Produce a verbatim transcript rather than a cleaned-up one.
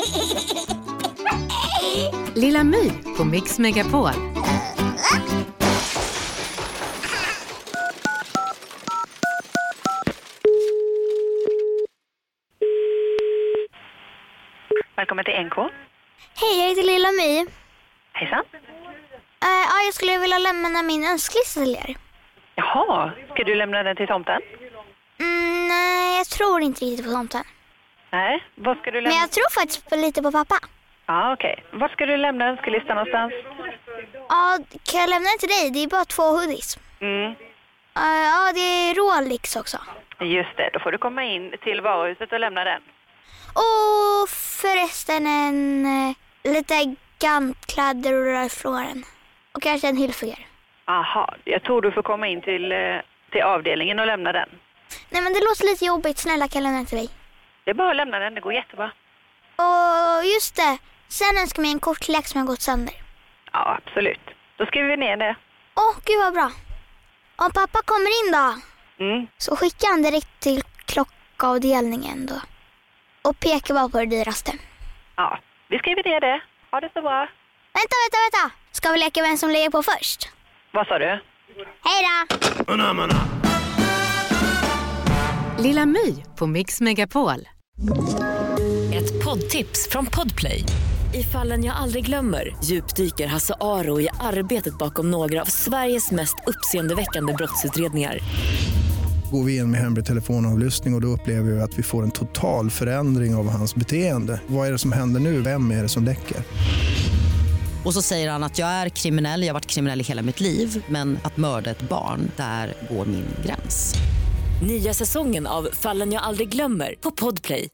Lilla My på Mix Megapol. Välkommen till N K. Hej, jag heter Lilla My. Hejsan. Uh, ja, jag skulle vilja lämna min önskelista till er. Jaha, ska du lämna den till tomten? Mm, nej, jag tror inte riktigt på tomten. Nej, vad ska du lämna? Men jag tror faktiskt på, lite på pappa. Ja, okej. Okay. Var ska du lämna önskelistan någonstans? Ja, kan jag lämna den till dig? Det är bara två hoodies. Mm. Uh, ja, det är Rolex också. Just det, då får du komma in till varuhuset och lämna den. Och förresten en uh, lite gantkläder och rörflåren. Och kanske en hyllfigur. Aha, jag tror du får komma in till, uh, till avdelningen och lämna den. Nej, men det låter lite jobbigt. Snälla, kan jag lämna den till dig? Det är bara att lämna den, det går jättebra. Och just det, sen önskar jag mig en kortlek som har gått sönder. Ja, absolut. Då skriver vi ner det. Åh, gud vad bra. Om pappa kommer in då, Mm. så skickar han direkt till klockavdelningen då. Och pekar bara på det dyraste. Ja, vi skriver ner det. Ha det så bra. Vänta, vänta, vänta. Ska vi leka vem som lägger på först? Vad sa du? Hej då! Lilla My på Mix Megapol. Ett poddtips från Podplay. I Fallen jag aldrig glömmer djupdyker Hasse Aro i arbetet bakom några av Sveriges mest uppseendeväckande brottsutredningar. Går vi in med hemlig telefonavlyssning och då upplever vi att vi får en total förändring av hans beteende. Vad är det som händer nu? Vem är det som läcker? Och så säger han att jag är kriminell, jag har varit kriminell i hela mitt liv. Men att mörda ett barn, där går min gräns. Nya säsongen av Fallen jag aldrig glömmer på Podplay.